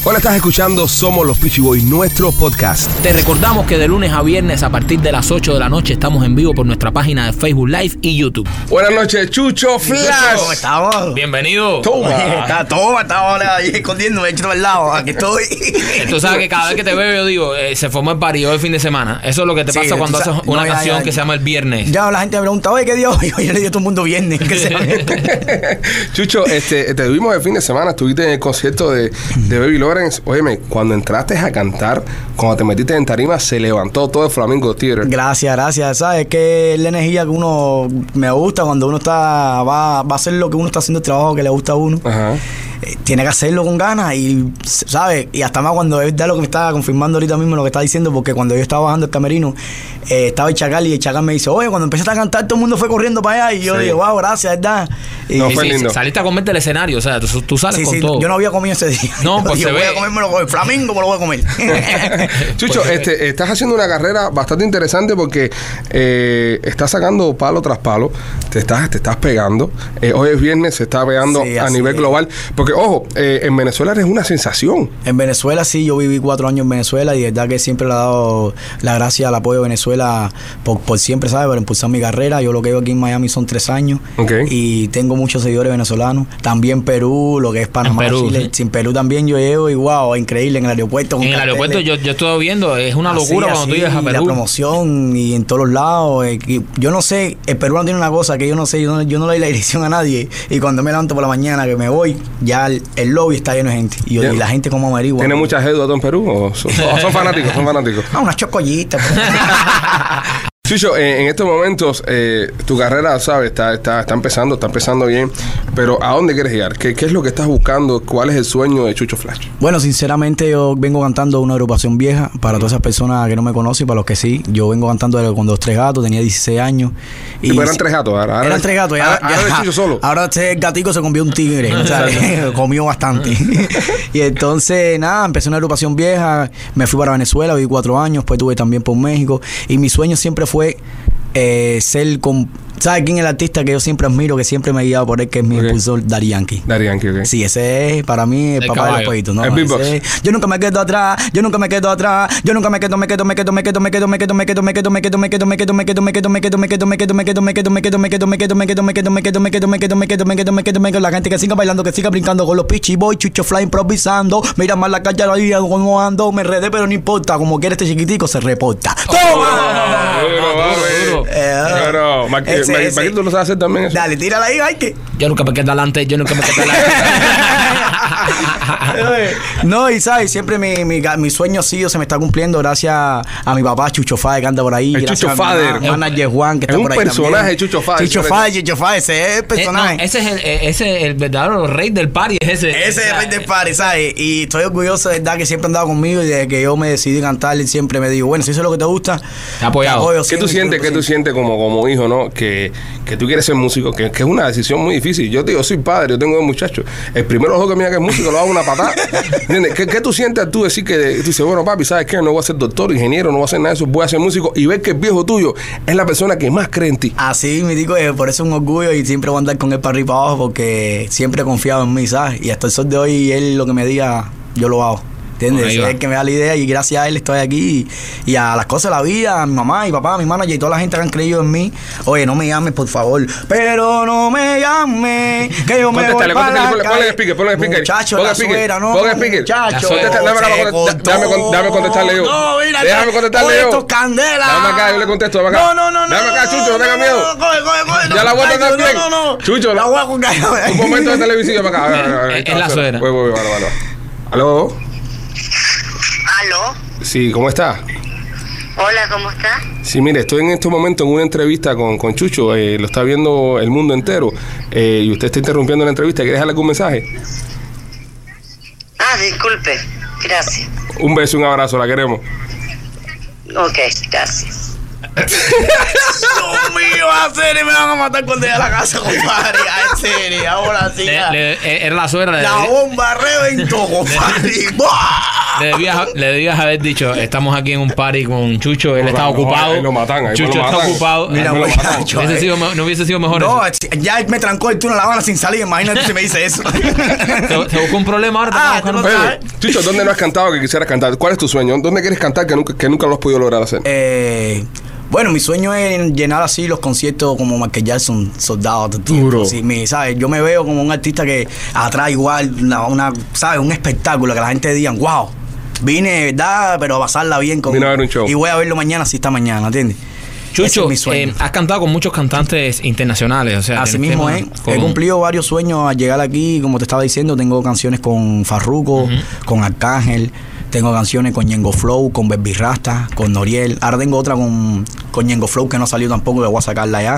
Hola, estás escuchando Somos los Peachy Boys, nuestro podcast. Te recordamos que de lunes a viernes a partir de las 8 de la noche estamos en vivo por nuestra página de Facebook Live y YouTube. Buenas noches, Chucho Flash. ¿Cómo estamos? Bienvenido. Estaba ahí escondiéndome, hecho al lado. Aquí estoy. Tú sabes que cada vez que te veo yo digo, se formó el party hoy el fin de semana. Eso es lo que te pasa cuando haces una canción que se llama El Viernes. Ya la gente me pregunta, oye, ¿qué dio? Yo le digo a todo el mundo viernes. Chucho, te vimos el fin de semana, estuviste en el concierto de Baby Lawrence. Óyeme, cuando entraste a cantar, cuando te metiste en tarima, se levantó todo el Flamingo Theater. Gracias. ¿Sabes? Que es la energía que uno me gusta cuando uno va a hacer lo que uno está haciendo, el trabajo que le gusta a uno. Ajá. Tiene que hacerlo con ganas y, ¿sabes? Y hasta más cuando es verdad lo que me estaba confirmando ahorita mismo, lo que está diciendo, porque cuando yo estaba bajando el camerino, estaba el Chacal y el Chacal me dice, oye, cuando empezaste a cantar todo el mundo fue corriendo para allá y yo digo, wow, gracias, ¿verdad? Y no, fue lindo. Saliste a comerte el escenario, o sea, tú sales con todo. Yo no había comido ese día. No, pues yo voy a comérmelo con el Flamingo, me lo voy a comer. Chucho, estás haciendo una carrera bastante interesante porque estás sacando palo tras palo, te estás pegando. Hoy es viernes, se está pegando a nivel global. Porque, ojo, en Venezuela eres una sensación. En Venezuela sí, yo viví 4 años en Venezuela y de verdad que siempre le he dado la gracia al apoyo de Venezuela por siempre, ¿sabes? Por impulsar mi carrera. Yo lo que llevo aquí en Miami son 3 años. Okay. Y tengo muchos seguidores venezolanos. También Perú, lo que es Panamá, Perú, Chile. Sí. Sin Perú también yo llevo y wow, increíble en el aeropuerto. En el aeropuerto yo estoy viendo, es una locura cuando tú llegas a Perú. La promoción y en todos los lados. Yo no sé, el peruano tiene una cosa que yo no sé, yo no le doy la dirección a nadie. Y cuando me levanto por la mañana que me voy, ya el lobby está lleno de gente. Y la gente como averigua. ¿Tiene mucha gente en Perú o son fanáticos? Son fanáticos. Unas chocollitas. Chucho, en estos momentos tu carrera, ¿sabes? Está empezando bien, pero ¿a dónde quieres llegar? ¿Qué es lo que estás buscando? ¿Cuál es el sueño de Chucho Flash? Bueno, sinceramente yo vengo cantando una agrupación vieja, para todas esas personas que no me conocen y para los que sí. Yo vengo cantando con 2, 3 gatos, tenía 16 años. Y pero eran 3 gatos, ahora eran 3 gatos. Ahora es Chucho solo. Ahora el gatico se convirtió en un tigre, o sea, comió bastante. Y entonces, nada, empecé una agrupación vieja, me fui para Venezuela, viví 4 años, después estuve también por México, y mi sueño siempre fue ser con... ¿Sabes quién es el artista que yo siempre admiro, que siempre me he guiado por él, que es mi impulsor, Daddy Yankee? Daddy Yankee, ok. Sí, ese es para mí el papá de los pollitos, ¿no? El beatbox. Yo nunca me quedo atrás, yo nunca me quedo atrás, yo nunca me quedo la gente que siga bailando, que siga brincando con los Peachy Boys, Chucho Fly improvisando, mira más la calle ahí como ando, me redé pero no importa, como quiere este chiquitico se reporta. ¡Toma! Maquito lo sabes hacer también eso. Dale, tírala ahí, hay que. Yo nunca me quedo adelante, No, y sabes, siempre mi sueño ha sido, se me está cumpliendo gracias a mi papá Chucho Fader, que anda por ahí. El Chucho Fader. Manager Juan, que está por ahí. Es un personaje, Chucho Fader. Chucho Fader, ese es el personaje. Ese es el verdadero rey del party. Ese es el rey del party, ¿sabes? Y estoy orgulloso de verdad que siempre ha andado conmigo y desde que yo me decidí cantar, él siempre me dijo, bueno, si eso es lo que te gusta, te apoyado. ¿Qué tú sientes como hijo, no? Que tú quieres ser músico, que es una decisión muy difícil. Yo soy padre, yo tengo 2 muchachos. El primero ojo que me diga que es músico lo hago una patada. ¿Entiendes? ¿Qué tú sientes tú decir que tú dices, bueno, papi, ¿sabes qué? No voy a ser doctor, ingeniero, no voy a hacer nada de eso, voy a ser músico, y ver que el viejo tuyo es la persona que más cree en ti? Así, mi tico, por eso es un orgullo y siempre voy a andar con él para arriba y para abajo porque siempre he confiado en mí, ¿sabes? Y hasta el sol de hoy, él lo que me diga, yo lo hago. ¿Entiendes? Es el que me da la idea y gracias a él estoy aquí y a las cosas de la vida, a mi mamá, mi papá, mi manager y toda la gente que han creído en mí. Oye, no me llames, por favor, pero no me llames, que yo me voy para la calle. Ponle el speaker. Muchacho, la suegra, ¿no? Ponle el speaker. Muchacho, déjame contestarle yo. No, mira, déjame contestarle yo. Esto es candela. Dame acá, yo le contesto, dame acá. No. Dame acá, Chucho, no tengas miedo. Coge. Ya la voy a tratar bien. No. Chucho, la voy a jugar. Un momento de televisión para acá. Es la suegra. Voy. ¿Aló? ¿Aló? Sí, ¿cómo está? Hola, ¿cómo está? Sí, mire, estoy en este momento en una entrevista con Chucho, lo está viendo el mundo entero, y usted está interrumpiendo la entrevista. ¿Quiere dejarle algún mensaje? Disculpe, gracias. Un beso, un abrazo, la queremos. Ok, gracias. Dios mío, a serio, me van a matar cuando llegue a la casa, compadre. En serio, ahora sí. Era la suegra. La bomba reventó, compadre. Le debías haber dicho, estamos aquí en un party con Chucho, él está ocupado. Lo matan, Chucho está ocupado. Mira, no hubiese sido mejor no, eso. ya me trancó el túnel a La Habana sin salir. Imagínate si me dice eso. Se buscó un problema ahora. Chucho, ¿dónde no has cantado que quisieras cantar? ¿Cuál es tu sueño? ¿Dónde quieres cantar que nunca lo has podido lograr hacer? Bueno, mi sueño es llenar así los conciertos como Michael Jackson, Soldado de tiempo. Duro. Sí, ¿sabes? Yo me veo como un artista que atrae igual ¿sabes? Un espectáculo que la gente diga, wow, vine, ¿verdad? Pero a pasarla bien con. Vine a ver un show. Y voy a verlo mañana si está mañana, ¿entiendes? Chucho, es has cantado con muchos cantantes internacionales, o sea, así mismo he cumplido varios sueños al llegar aquí, como te estaba diciendo. Tengo canciones con Farruko, con Arcángel, tengo canciones con Ñengo Flow, con Baby Rasta, con Noriel. Ahora tengo otra con Ñengo Flow que no ha salido tampoco, que voy a sacarla ya.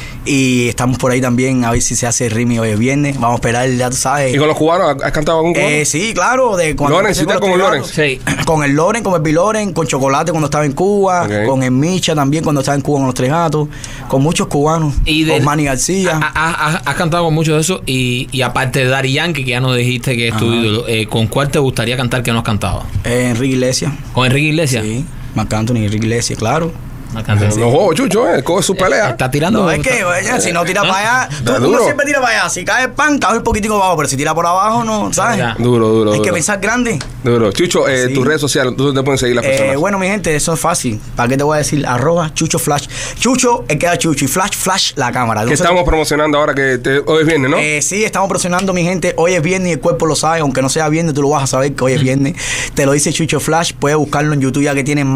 Y estamos por ahí también a ver si se hace el ritmo hoy es viernes. Vamos a esperar, ya tú sabes. ¿Y con los cubanos? ¿Has cantado con cubanos? Sí, claro. Loren, ¿sí con Loren? Sí. Con el Loren, con Baby Loren, con Chocolate cuando estaba en Cuba, con el Micha también cuando estaba en Cuba con Los Tres Gatos, con muchos cubanos, con Manny García. Has cantado con muchos de esos y aparte de Daddy Yankee, que ya nos dijiste que es tu ídolo, ¿con cuál te gustaría cantar que no has cantado? Enrique Iglesias. ¿Con Enrique Iglesias? Sí, Marc Anthony, Enrique Iglesias, claro. No juego, Chucho, coge su pelea. Está tirando. No, es que, oye, si no tira para allá, uno siempre tira para allá. Si cae el pan, cae un poquitico abajo, pero si tira por abajo, no, ¿sabes? Duro. Hay que pensar grande. Duro. Chucho, tus redes sociales, ¿dónde te pueden seguir las personas? Bueno, mi gente, eso es fácil. ¿Para qué te voy a decir? @Chucho Flash. Chucho, queda Chucho. Y Flash, la cámara. Que estamos promocionando ahora que hoy es viernes, ¿no? Sí, estamos promocionando, mi gente. Hoy es viernes y el cuerpo lo sabe. Aunque no sea viernes, tú lo vas a saber que hoy es viernes. Te lo dice Chucho Flash. Puedes buscarlo en YouTube ya que tiene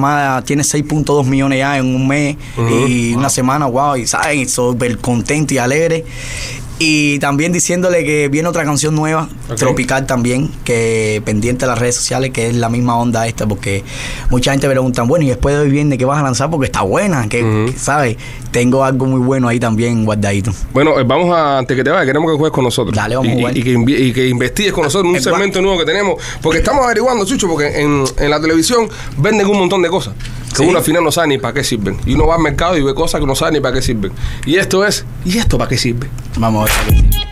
6.2 millones ya en un mes. Y una semana, wow, y saben, súper contento y alegre. Y también diciéndole que viene otra canción nueva, tropical también, que pendiente de las redes sociales, que es la misma onda esta, porque mucha gente me pregunta, bueno, y después de hoy viene, ¿qué vas a lanzar? Porque está buena, que ¿sabes? Tengo algo muy bueno ahí también guardadito. Bueno, vamos antes que te vayas, queremos que juegues con nosotros. Dale, vamos a jugar. Y que investigues con nosotros un segmento nuevo que tenemos, porque estamos averiguando, Chucho, porque en la televisión venden un montón de cosas que uno al final no sabe ni para qué sirven. Y uno va al mercado y ve cosas que no sabe ni para qué sirven. ¿Y esto para qué sirve? Vamos a ver.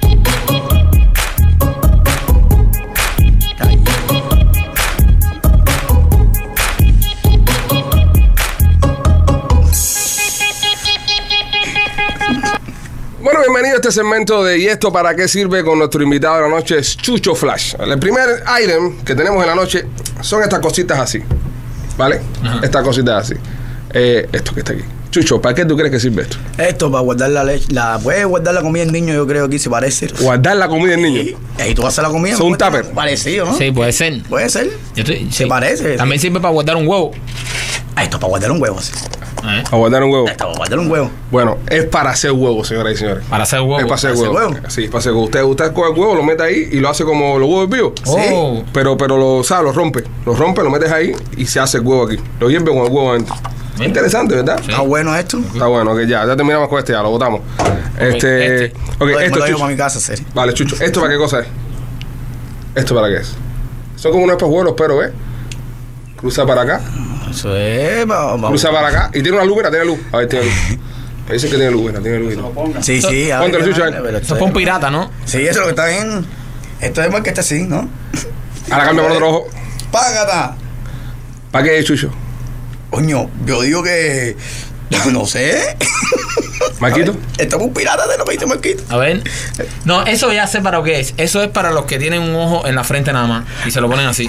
Bueno, bienvenido a este segmento de ¿Y esto para qué sirve? Con nuestro invitado de la noche, es Chucho Flash. El primer item que tenemos en la noche son estas cositas así, ¿vale? Estas cositas así. Esto que está aquí. Chucho, ¿para qué tú crees que sirve esto? Esto para guardar la leche. Puedes guardar la comida del niño, yo creo que se parece. Guardar la comida del niño. Y ahí tú vas a hacer la comida. ¿Es un tupper? Parecido, ¿no? Sí, puede ser. Puede ser. Se parece. También sirve para guardar un huevo. Esto para guardar un huevo, sí. ¿Para guardar un huevo? Esto para guardar un huevo. Bueno, es para hacer huevo, señoras y señores. Para hacer huevo. Es para hacer huevo. Sí, para hacer huevo. Usted coge el huevo, lo mete ahí y lo hace como los huevos vivos. Sí. Pero lo rompe. Lo metes ahí y se hace el huevo aquí. Lo hierve con el huevo adentro. Interesante, ¿verdad? Sí. Está bueno esto. Está bueno, que ya terminamos con ya lo botamos. Esto lo llevo para mi casa, serio. Vale, Chucho, ¿esto para qué cosa es? ¿Esto para qué es? Son como unos espejuelos, pero cruza para acá. Eso es, vamos. Cruza para acá. Y tiene una luz, tiene luz. A ver, tiene luz. Dice que tiene luz, tiene luz. Sí. Póntelo, Chucho. Eso es para un pirata, ¿no? Sí, eso es lo que está bien. Esto es más que está así, ¿no? Ahora cambia por otro ojo. ¡Págata! ¿Para qué es, Chucho? Coño, yo digo que... No sé. ¿Marquito? Esto es un pirata de lo que dice Marquito. A ver. No, eso ya sé para lo que es. Eso es para los que tienen un ojo en la frente nada más. Y se lo ponen así.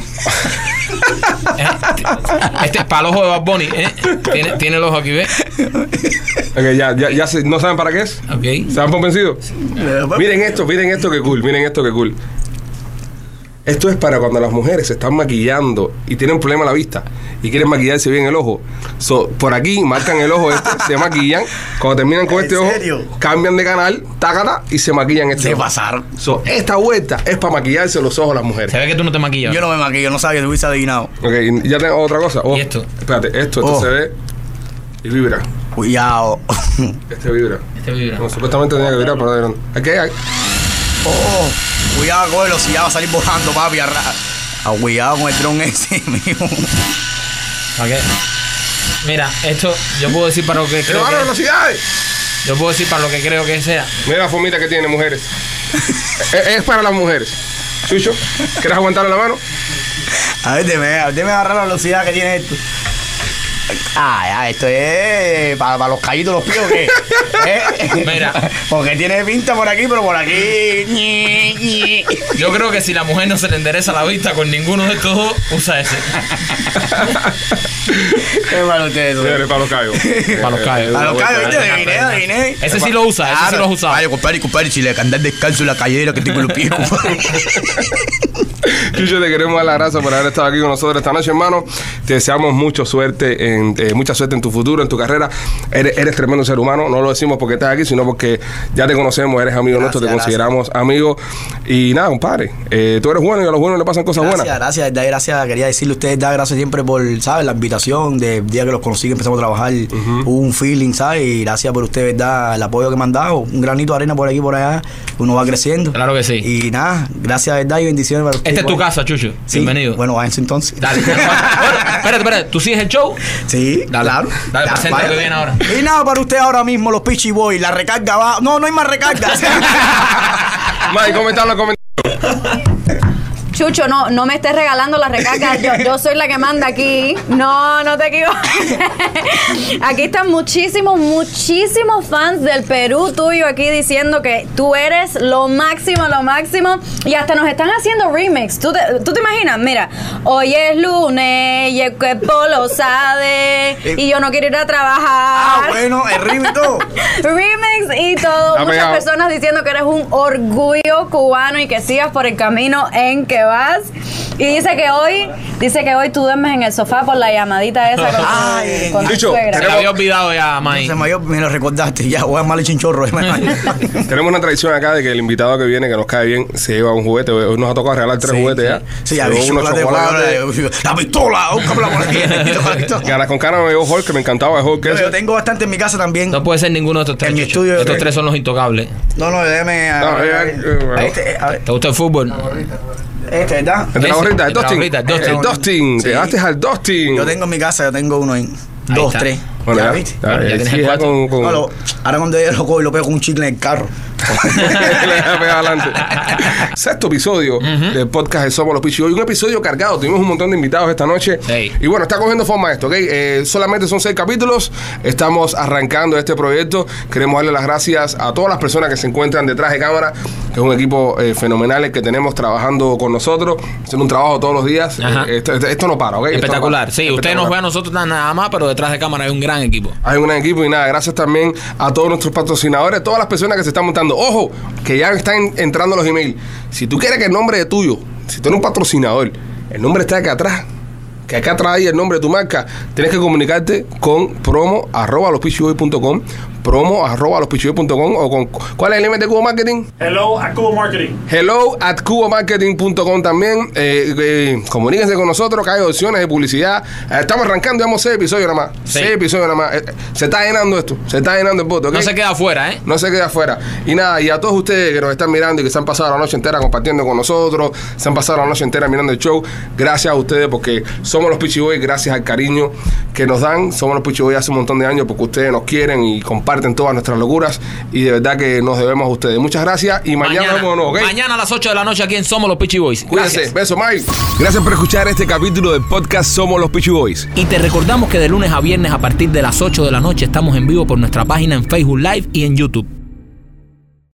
Este es para el ojo de Bad Bunny. Tiene el ojo aquí, ¿ves? Ok, ya ¿no saben para qué es? Ok. ¿Se han convencido? Miren esto que cool. Esto es para cuando las mujeres se están maquillando y tienen problema a la vista y quieren maquillarse bien el ojo. Por aquí marcan el ojo se maquillan. Cuando terminan con este ojo, cambian de canal, tácata, y se maquillan este ojo. Se pasaron. Esta vuelta es para maquillarse los ojos a las mujeres. Se ve que tú no te maquillas. Yo no me maquillo, no sabía, te hubiese adivinado. Ok, ya tengo otra cosa. ¿Y esto? Espérate, esto se ve y vibra. Cuidado. Este vibra. No, supuestamente tenía que vibrar, pero aquí hay. Cuidado con él, si ya va a salir volando, papi. Cuidado con el dron ese, mío. ¿Para qué? Mira, esto yo puedo decir para lo que creo que velocidades. Yo puedo decir para lo que creo que sea. Mira la formita que tiene, mujeres. Es para las mujeres. Chucho, ¿quieres aguantarle la mano? A ver, déjame agarrar la velocidad que tiene esto. Esto es para los callitos, los píos, ¿qué? Mira. Porque tiene pinta por aquí, pero por aquí. Yo creo que si la mujer no se le endereza la vista con ninguno de estos dos, usa ese. Qué malo ustedes. Para los callos. Para los callos. Para los callos, adiviné. Ese sí lo usa, ese sí lo has usado. Vaya, compadre, si le andar descalzo en la callera que tengo en los pies, compadre. Chucho, te queremos dar las gracias por haber estado aquí con nosotros esta noche, hermano. Te deseamos mucha suerte en tu futuro, en tu carrera. Eres tremendo ser humano. No lo decimos porque estás aquí, sino porque ya te conocemos, eres amigo nuestro, te consideramos amigo. Y nada, compadre, tú eres bueno y a los buenos le pasan cosas buenas. Gracias. Quería decirle a ustedes, gracias siempre por, ¿sabes? La invitación. Del día que los conocí, que empezamos a trabajar, hubo un feeling, ¿sabes? Y gracias por ustedes, ¿verdad? El apoyo que me han dado. Un granito de arena por aquí y por allá. Uno va creciendo. Claro que sí. Y nada, gracias, ¿verdad? Y bendiciones para ustedes. Esta es tu casa, Chucho. Sí. Bienvenido. Bueno, váyanse entonces. Dale. Bueno, espérate. ¿Tú sigues el show? Sí, dale, claro. Dale, presenta lo que viene ahora. Y nada, para usted ahora mismo, los Peachy Boys. La recarga va. No hay más recarga. Mike, comentar los comentarios. Chucho, no me estés regalando las recargas. Yo soy la que manda aquí. No te equivoques. Aquí están muchísimos fans del Perú tuyo aquí diciendo que tú eres lo máximo. Y hasta nos están haciendo remix. ¿Tú te imaginas? Mira, hoy es lunes y el cuerpo lo sabe y yo no quiero ir a trabajar. Bueno, el remix y todo. Remix y todo. Muchas personas diciendo que eres un orgullo cubano y que sigas por el camino en que vas. Y dice que hoy tú duermes en el sofá por la llamadita esa con tu suegra. Se me había olvidado ya, May. Me lo recordaste, ya voy a armar el chinchorro. Tenemos una tradición acá de que el invitado que viene, que nos cae bien, se lleva un juguete. Hoy nos ha tocado regalar 3 juguetes ya. Sí, ya vi unos chocolates. La pistola, búscamela por aquí. Ganas con cara me dio Hulk, que me encantaba el Hulk. Yo tengo bastante en mi casa también. No puede ser ninguno de estos 3. En mi estudio. Estos 3 son los intocables. No, déjeme. ¿Te gusta el fútbol? ¿Verdad? Entre la gorrita, el Dustin. Te llevaste al Dustin. Yo tengo en mi casa, tengo uno en 2, 3. Bueno, ya viste. Ya tienes el 4. Ahora cuando yo lo cojo y lo pego con un chicle en el carro. Sexto episodio del podcast de Somos los Peachy Boys. Un episodio cargado. Tuvimos un montón de invitados esta noche. Y bueno, está cogiendo forma esto, ¿ok? Solamente son 6 capítulos. Estamos arrancando este proyecto. Queremos darle las gracias a todas las personas que se encuentran detrás de cámara, que es un equipo fenomenal el que tenemos trabajando con nosotros, haciendo un trabajo todos los días. Esto no para, ¿ok? Espectacular. Sí, usted nos ve a nosotros nada más, pero detrás de cámara hay un gran equipo. Hay un gran equipo y nada, gracias también a todos nuestros patrocinadores, todas las personas que se están montando. Ojo, que ya están entrando los emails. Si tú quieres que el nombre de tuyo, si tú eres un patrocinador, el nombre está acá atrás, que acá atrás hay el nombre de tu marca, tienes que comunicarte con promo@lospeachyboys.com, promo@lospeachyboys.com, o con ¿cuál es el email de Cubo Marketing? hello@cubomarketing.com también. Comuníquense con nosotros, que hay opciones de publicidad. Estamos arrancando, llevamos 6 episodios nada más. 6 episodios nada más. Se está llenando esto, se está llenando el voto, ¿okay? No se queda afuera, No se queda afuera. Y nada, y a todos ustedes que nos están mirando y que se han pasado la noche entera compartiendo con nosotros, se han pasado la noche entera mirando el show, gracias a ustedes, porque somos los Peachy Boys, gracias al cariño que nos dan. Somos los Peachy Boys hace un montón de años porque ustedes nos quieren y comparten todas nuestras locuras, y de verdad que nos debemos a ustedes. Muchas gracias y mañana nos vemos de nuevo, ¿okay? Mañana a las 8 de la noche aquí en Somos los Peachy Boys. Cuídense. Beso, Mike. Gracias por escuchar este capítulo del podcast Somos los Peachy Boys. Y te recordamos que de lunes a viernes a partir de las 8 de la noche estamos en vivo por nuestra página en Facebook Live y en YouTube.